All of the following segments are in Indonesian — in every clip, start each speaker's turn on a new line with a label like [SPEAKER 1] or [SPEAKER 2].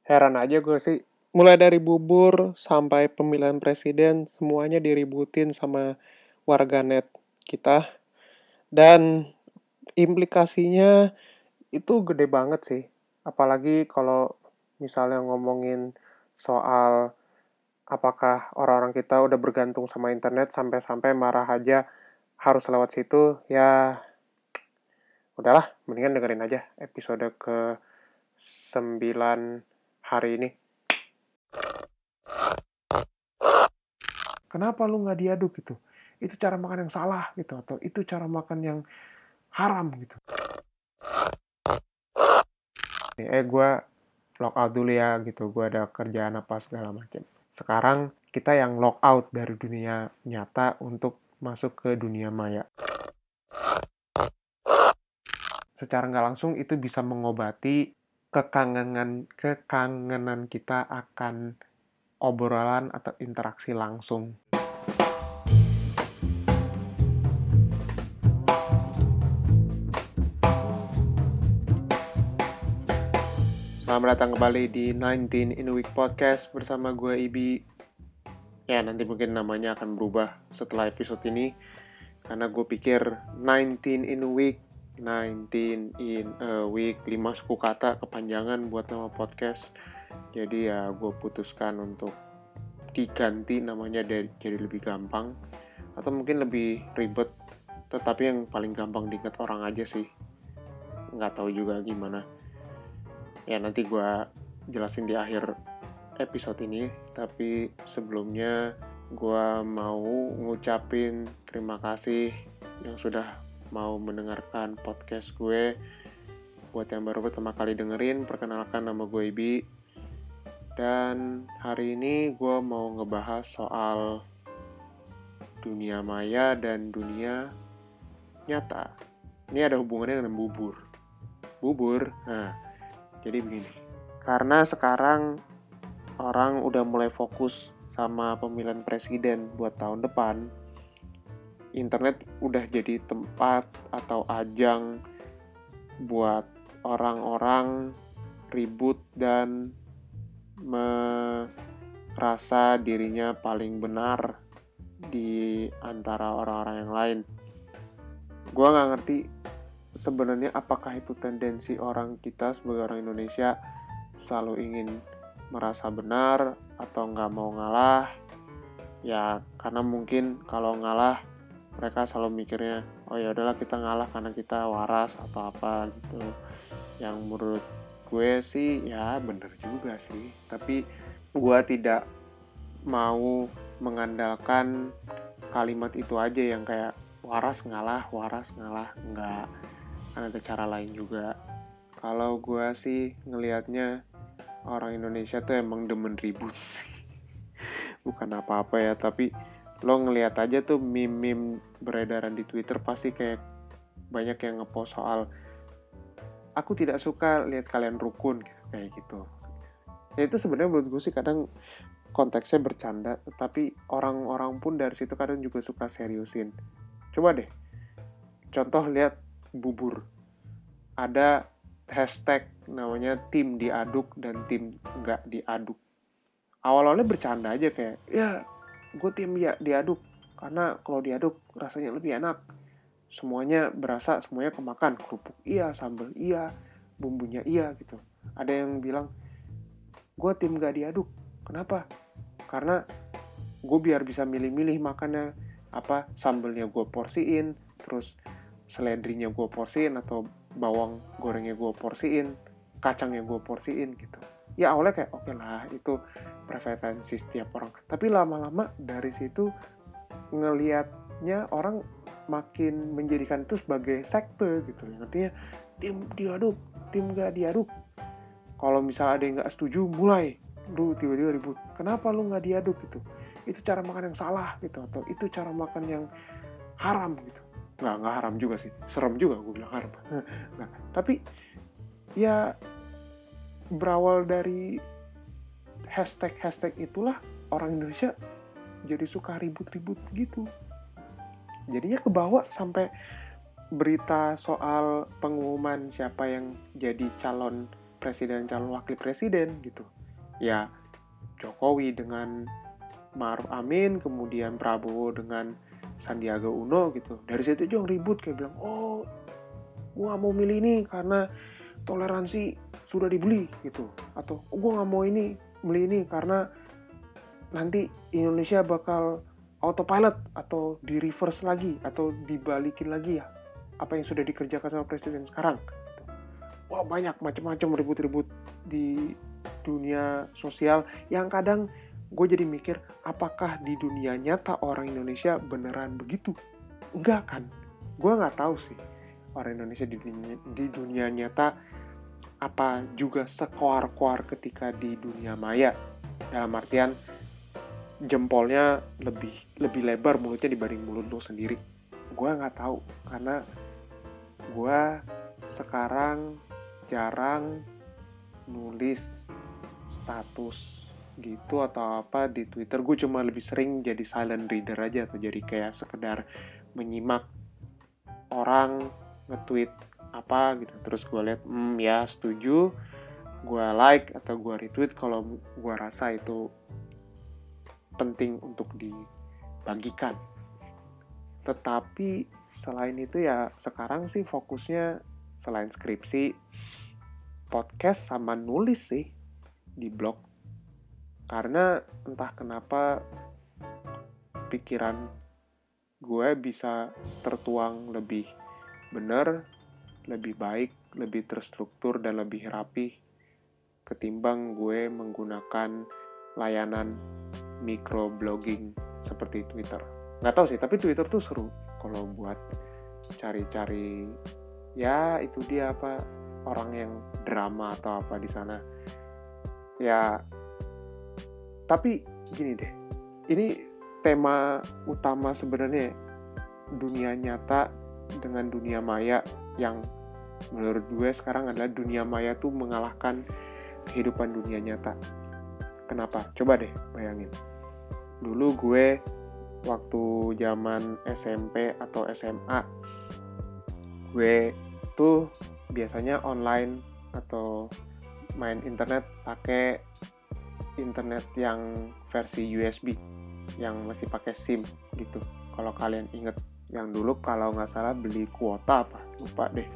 [SPEAKER 1] Heran aja gue sih, mulai dari bubur sampai pemilihan presiden, semuanya diributin sama warganet kita. Dan implikasinya itu gede banget sih. Apalagi kalau misalnya ngomongin soal apakah orang-orang kita udah bergantung sama internet sampai-sampai marah aja harus lewat situ, ya udahlah, mendingan dengerin aja episode ke 9 hari ini. Kenapa lu nggak diaduk gitu? Itu cara makan yang salah gitu, atau itu cara makan yang haram gitu. Gue log out dulu ya gitu, gue ada kerjaan apa segala macam. Sekarang kita yang log out dari dunia nyata untuk masuk ke dunia maya. Secara nggak langsung itu bisa mengobati kekangenan kita akan obrolan atau interaksi langsung. Selamat datang kembali di 19 in a Week Podcast bersama gue Ibi. Ya, nanti mungkin namanya akan berubah setelah episode ini, karena gue pikir 19 in a Week, 19 in a Week, 5 suku kata kepanjangan buat nama podcast. Jadi ya gue putuskan untuk diganti namanya jadi lebih gampang, atau mungkin lebih ribet, tetapi yang paling gampang diingat orang aja sih. Nggak tahu juga gimana. Ya nanti gue jelasin di akhir episode ini, tapi sebelumnya gue mau ngucapin terima kasih yang sudah mau mendengarkan podcast gue. Buat yang baru pertama kali dengerin, perkenalkan nama gue Ibi. Dan hari ini gue mau ngebahas soal dunia maya dan dunia nyata. Ini ada hubungannya dengan bubur. Nah, jadi begini. Karena sekarang orang udah mulai fokus sama pemilihan presiden buat tahun depan, internet udah jadi tempat atau ajang buat orang-orang ribut dan merasa dirinya paling benar di antara orang-orang yang lain. Gua nggak ngerti sebenarnya apakah itu tendensi orang kita sebagai orang Indonesia selalu ingin merasa benar atau nggak mau ngalah. Ya karena mungkin kalau ngalah mereka selalu mikirnya, oh ya udahlah kita ngalah karena kita waras atau apa gitu. Yang menurut gue sih ya bener juga sih, tapi gue tidak mau mengandalkan kalimat itu aja yang kayak waras ngalah, enggak, kan ada cara lain juga. Kalau gue sih ngelihatnya orang Indonesia tuh emang demen ribut sih. Bukan apa-apa ya, tapi lo ngelihat aja tuh meme-meme beredaran di Twitter pasti kayak banyak yang ngepost soal aku tidak suka lihat kalian rukun gitu, kayak gitu. Ya itu sebenarnya menurut gue sih kadang konteksnya bercanda, tapi orang-orang pun dari situ kadang juga suka seriusin. Coba deh, contoh lihat bubur. Ada hashtag namanya tim diaduk dan tim nggak diaduk. Awal-awalnya bercanda aja kayak, ya gue tim ya diaduk, karena kalau diaduk rasanya lebih enak. Semuanya berasa, semuanya kemakan. Kerupuk iya, sambal iya, bumbunya iya gitu. Ada yang bilang, gue tim gak diaduk. Kenapa? Karena gue biar bisa milih-milih makannya. Apa, sambalnya gue porsiin, terus seledrinya gue porsiin, atau bawang gorengnya gue porsiin, kacangnya gue porsiin gitu. Ya awalnya kayak oke lah, itu preferensi setiap orang. Tapi lama-lama dari situ ngelihatnya orang makin menjadikan itu sebagai sekte gitu. Artinya tim diaduk, tim gak diaduk. Kalau misalnya ada yang gak setuju, mulai lu tiba-tiba ribut. Kenapa lu gak diaduk gitu? Itu cara makan yang salah gitu, atau itu cara makan yang haram gitu. Nggak haram juga sih, serem juga gue bilang haram. Nah, tapi ya berawal dari hashtag itulah orang Indonesia jadi suka ribut-ribut gitu. Jadinya kebawa sampai berita soal pengumuman siapa yang jadi calon presiden calon wakil presiden gitu. Ya Jokowi dengan Ma'ruf Amin, kemudian Prabowo dengan Sandiaga Uno gitu. Dari situ aja yang ribut kayak bilang, oh gue gak mau milih ini karena toleransi sudah dibeli gitu. Atau gue gak mau milih ini karena nanti Indonesia bakal autopilot atau di reverse lagi atau dibalikin lagi ya apa yang sudah dikerjakan sama presiden sekarang. Wah banyak macam-macam ribut-ribut di dunia sosial yang kadang gue jadi mikir apakah di dunia nyata orang Indonesia beneran begitu? Enggak kan? Gue nggak tahu sih orang Indonesia di dunia nyata apa juga sekoar-koar ketika di dunia maya, dalam artian jempolnya lebih lebar mulutnya dibanding mulut lo sendiri. Gue nggak tahu karena gue sekarang jarang nulis status gitu atau apa di Twitter. Gue cuma lebih sering jadi silent reader aja atau jadi kayak sekedar menyimak orang nge-tweet apa gitu, terus gue lihat ya setuju, gue like atau gue retweet kalau gue rasa itu penting untuk dibagikan. Tetapi selain itu ya sekarang sih fokusnya selain skripsi, podcast sama nulis sih di blog. Karena entah kenapa pikiran gue bisa tertuang lebih benar, lebih baik, lebih terstruktur dan lebih rapi ketimbang gue menggunakan layanan microblogging seperti Twitter. Nggak tahu sih, tapi Twitter tuh seru kalau buat cari-cari ya itu dia apa orang yang drama atau apa di sana. Ya tapi gini deh, ini tema utama sebenarnya dunia nyata dengan dunia maya yang menurut gue sekarang adalah dunia maya tuh mengalahkan kehidupan dunia nyata. Kenapa? Coba deh bayangin. Dulu gue waktu zaman SMP atau SMA, gue tuh biasanya online atau main internet pakai internet yang versi USB yang masih pakai SIM gitu. Kalau kalian inget yang dulu kalau nggak salah beli kuota apa lupa deh.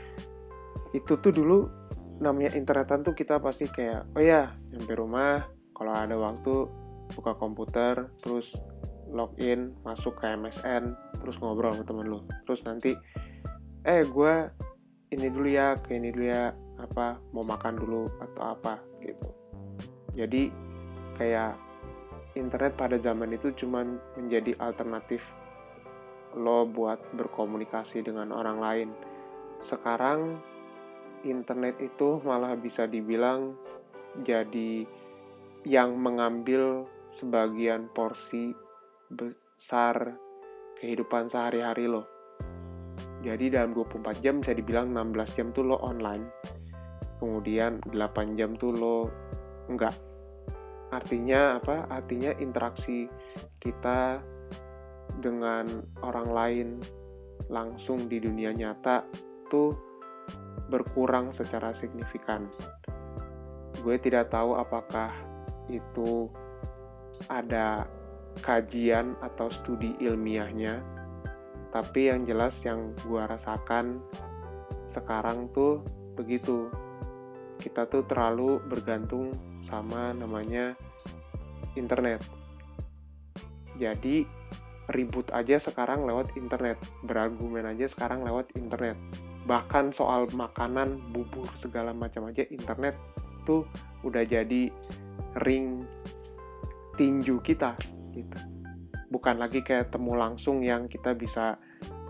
[SPEAKER 1] Itu tuh dulu namanya internetan tuh kita pasti kayak oh ya nyampe rumah kalau ada waktu buka komputer terus login masuk ke MSN terus ngobrol sama temen lu terus nanti gue ini dulu ya ke ini dulu ya apa mau makan dulu atau apa gitu. Jadi kayak internet pada zaman itu cuman menjadi alternatif lo buat berkomunikasi dengan orang lain. Sekarang internet itu malah bisa dibilang jadi yang mengambil sebagian porsi besar kehidupan sehari-hari lo. Jadi dalam 24 jam bisa dibilang 16 jam tuh lo online. Kemudian 8 jam tuh lo enggak. Artinya apa? Artinya interaksi kita dengan orang lain langsung di dunia nyata tuh berkurang secara signifikan. Gue tidak tahu apakah itu ada kajian atau studi ilmiahnya, tapi yang jelas yang gue rasakan sekarang tuh begitu. Kita tuh terlalu bergantung sama namanya internet. Jadi ribut aja sekarang lewat internet, berargumen aja sekarang lewat internet. Bahkan soal makanan, bubur, segala macam aja internet tuh udah jadi ring tinju kita gitu. Bukan lagi kayak temu langsung yang kita bisa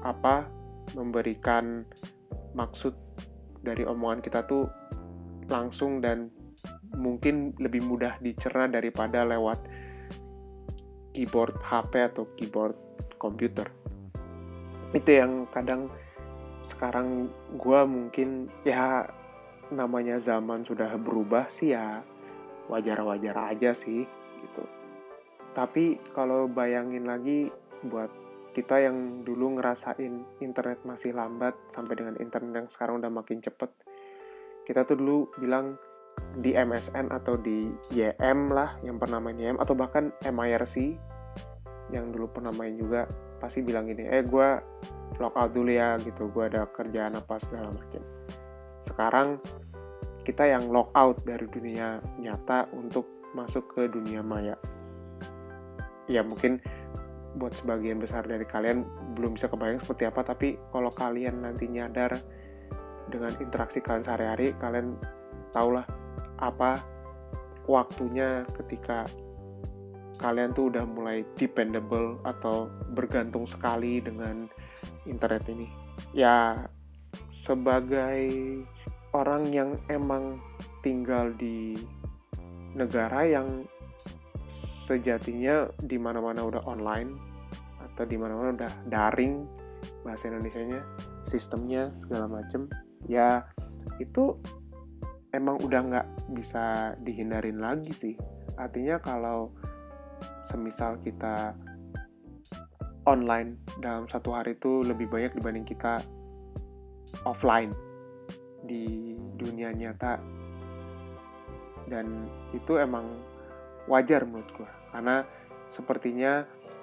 [SPEAKER 1] memberikan maksud dari omongan kita tuh langsung dan mungkin lebih mudah dicerna daripada lewat keyboard HP atau keyboard komputer. Itu yang kadang sekarang gue mungkin ya namanya zaman sudah berubah sih ya wajar-wajar aja sih gitu. Tapi kalau bayangin lagi buat kita yang dulu ngerasain internet masih lambat sampai dengan internet yang sekarang udah makin cepet, Kita tuh dulu bilang di MSN atau di YM lah, yang pernah main YM, atau bahkan MIRC yang dulu pernah main juga, pasti bilang gini, gue lockout dulu ya gitu, gue ada kerjaan apa segala macam. Sekarang kita yang lockout dari dunia nyata untuk masuk ke dunia maya. Ya mungkin buat sebagian besar dari kalian belum bisa kebayang seperti apa, tapi kalau kalian nanti nyadar dengan interaksi kalian sehari-hari, kalian tahulah apa waktunya ketika kalian tuh udah mulai dependable atau bergantung sekali dengan internet ini. Ya, sebagai orang yang emang tinggal di negara yang sejatinya di mana-mana udah online atau di mana-mana udah daring, bahasa Indonesianya, sistemnya segala macem, ya itu emang udah nggak bisa dihindarin lagi sih. Artinya kalau semisal kita online dalam satu hari itu lebih banyak dibanding kita offline di dunia nyata, dan itu emang wajar menurut gue, karena sepertinya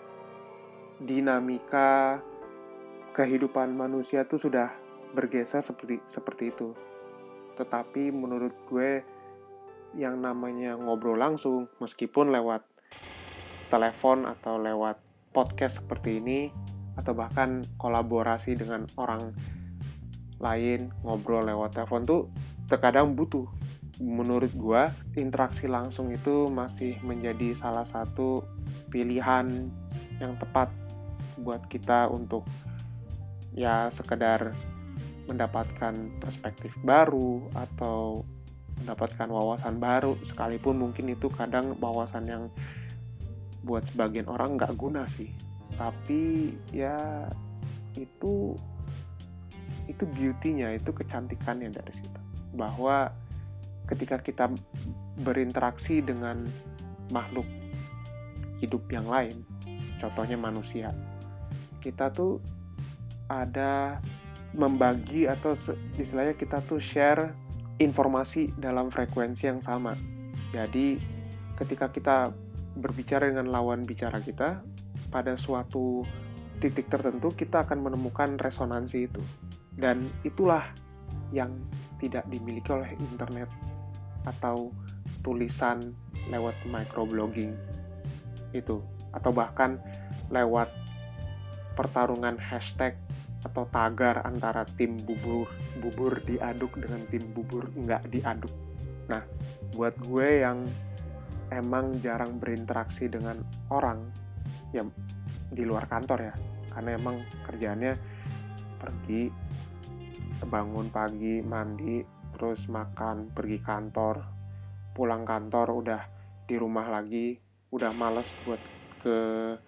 [SPEAKER 1] dinamika kehidupan manusia tuh sudah bergeser seperti itu. Tetapi menurut gue yang namanya ngobrol langsung, meskipun lewat telepon atau lewat podcast seperti ini, atau bahkan kolaborasi dengan orang lain, ngobrol lewat telepon tuh terkadang butuh. Menurut gua, interaksi langsung itu masih menjadi salah satu pilihan yang tepat buat kita untuk ya sekedar mendapatkan perspektif baru atau mendapatkan wawasan baru, sekalipun mungkin itu kadang wawasan yang buat sebagian orang nggak guna sih, tapi ya itu beauty-nya, itu kecantikannya dari situ, bahwa ketika kita berinteraksi dengan makhluk hidup yang lain, contohnya manusia, kita tuh ada membagi atau istilahnya kita tuh share informasi dalam frekuensi yang sama. Jadi ketika kita berbicara dengan lawan bicara kita, pada suatu titik tertentu kita akan menemukan resonansi itu. Dan itulah yang tidak dimiliki oleh internet atau tulisan lewat microblogging itu, atau bahkan lewat pertarungan hashtag atau tagar antara tim bubur diaduk dengan tim bubur nggak diaduk. Nah, buat gue yang emang jarang berinteraksi dengan orang ya di luar kantor ya, karena emang kerjaannya pergi, bangun pagi, mandi, terus makan, pergi kantor, pulang kantor udah di rumah lagi, udah males buat ke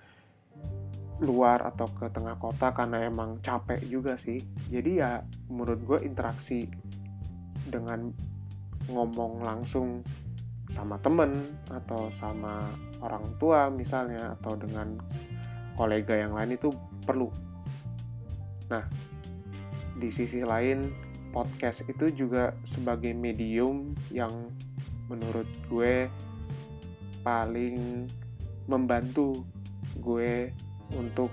[SPEAKER 1] luar atau ke tengah kota karena emang capek juga sih. Jadi ya menurut gue interaksi dengan ngomong langsung sama temen atau sama orang tua misalnya, atau dengan kolega yang lain itu perlu. Nah, di sisi lain podcast itu juga sebagai medium yang menurut gue paling membantu gue untuk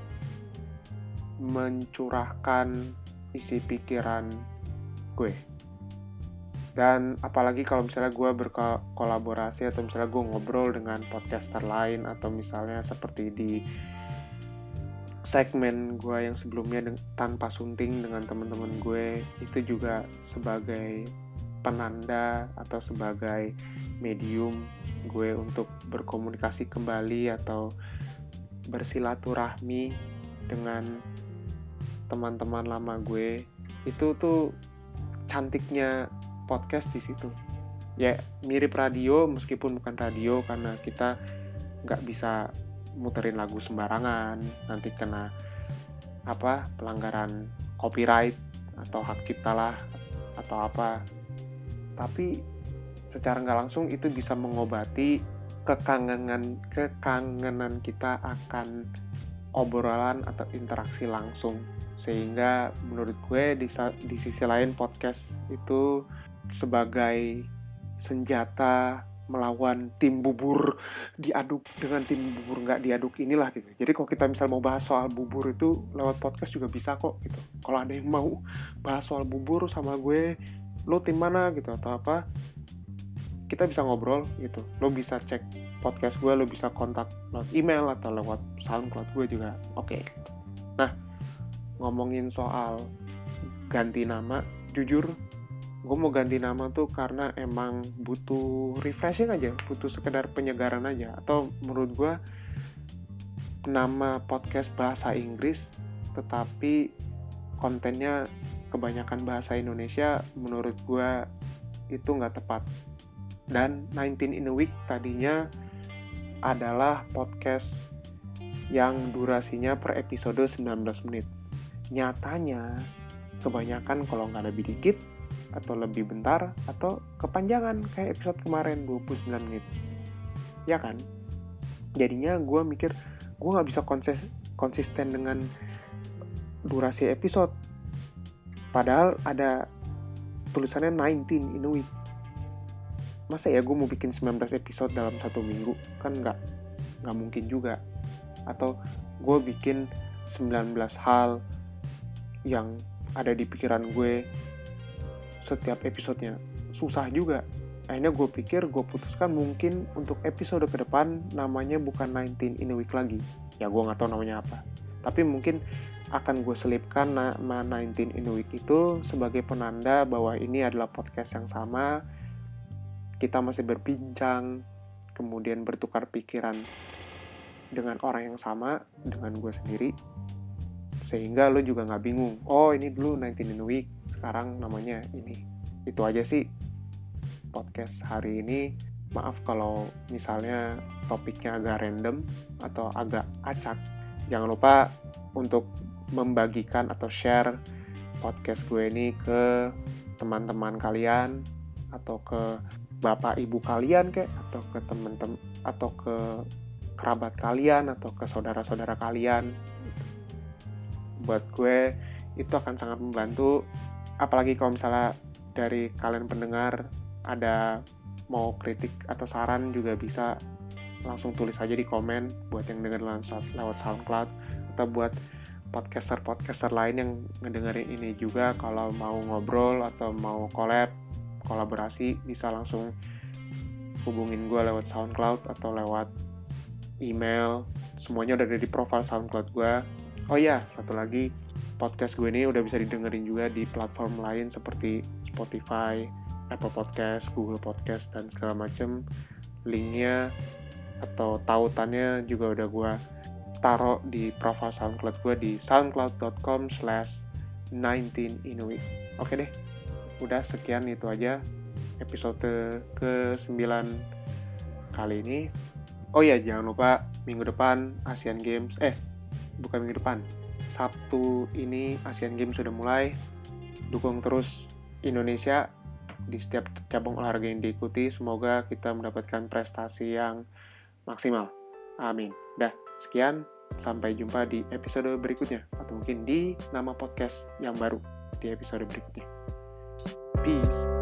[SPEAKER 1] mencurahkan isi pikiran gue. Dan apalagi kalau misalnya gue berkolaborasi atau misalnya gue ngobrol dengan podcaster lain, atau misalnya seperti di segmen gue yang sebelumnya tanpa sunting dengan teman-teman gue, itu juga sebagai penanda atau sebagai medium gue untuk berkomunikasi kembali atau bersilaturahmi dengan teman-teman lama gue. Itu tuh cantiknya podcast di situ. Ya mirip radio meskipun bukan radio, karena kita nggak bisa muterin lagu sembarangan, nanti kena pelanggaran copyright atau hak cipta lah atau apa. Tapi secara nggak langsung itu bisa mengobati kekangenan kita akan obrolan atau interaksi langsung. Sehingga menurut gue di sisi lain podcast itu sebagai senjata melawan tim bubur diaduk dengan tim bubur nggak diaduk inilah gitu. Jadi kalau kita misal mau bahas soal bubur itu lewat podcast juga bisa kok gitu. Kalau ada yang mau bahas soal bubur sama gue, lo tim mana gitu atau apa, kita bisa ngobrol gitu. Lo bisa cek podcast gue, lo bisa kontak lewat email atau lewat SoundCloud gue juga oke. Nah, ngomongin soal ganti nama, jujur gue mau ganti nama tuh karena emang butuh refreshing aja, butuh sekedar penyegaran aja. Atau menurut gue nama podcast bahasa Inggris tetapi kontennya kebanyakan bahasa Indonesia, menurut gue itu nggak tepat. Dan 19 in a Week tadinya adalah podcast yang durasinya per episode 19 menit. Nyatanya kebanyakan kalau nggak lebih dikit atau lebih bentar atau kepanjangan kayak episode kemarin 29 menit. Ya kan? Jadinya gue mikir gue nggak bisa konsisten dengan durasi episode. Padahal ada tulisannya 19 in a week. Masa ya gue mau bikin 19 episode dalam satu minggu? Kan nggak mungkin juga. Atau gue bikin 19 hal yang ada di pikiran gue setiap episodenya, susah juga. Akhirnya gue pikir, gue putuskan mungkin untuk episode ke depan namanya bukan 19 in a Week lagi. Ya gue gak tahu namanya apa. Tapi mungkin akan gue selipkan nama 19 in a Week itu sebagai penanda bahwa ini adalah podcast yang sama. Kita masih berbincang, kemudian bertukar pikiran dengan orang yang sama, dengan gue sendiri. Sehingga lo juga gak bingung, oh ini dulu 19 in a Week, sekarang namanya ini. Itu aja sih podcast hari ini. Maaf kalau misalnya topiknya agak random atau agak acak. Jangan lupa untuk membagikan atau share podcast gue ini ke teman-teman kalian atau ke bapak ibu kalian kayak, atau ke teman-teman atau ke kerabat kalian atau ke saudara-saudara kalian. Buat gue itu akan sangat membantu. Apalagi kalau misalnya dari kalian pendengar ada mau kritik atau saran juga bisa langsung tulis aja di komen buat yang denger lewat SoundCloud, atau buat podcaster lain yang ngedengerin ini juga kalau mau ngobrol atau mau kolaborasi bisa langsung hubungin gue lewat SoundCloud atau lewat email. Semuanya udah ada di profile SoundCloud gue. Oh iya, satu lagi, podcast gue ini udah bisa didengerin juga di platform lain seperti Spotify, Apple Podcast, Google Podcast, dan segala macem. Linknya atau tautannya juga udah gue taruh di profile SoundCloud gue di soundcloud.com/19inaway. Oke deh, udah sekian itu aja episode ke-9 kali ini. Oh iya, jangan lupa minggu depan Asian Games, bukan minggu depan, Sabtu ini Asian Games sudah mulai. Dukung terus Indonesia di setiap cabang olahraga yang diikuti. Semoga kita mendapatkan prestasi yang maksimal. Amin. Dah, sekian. Sampai jumpa di episode berikutnya. Atau mungkin di nama podcast yang baru di episode berikutnya. Peace.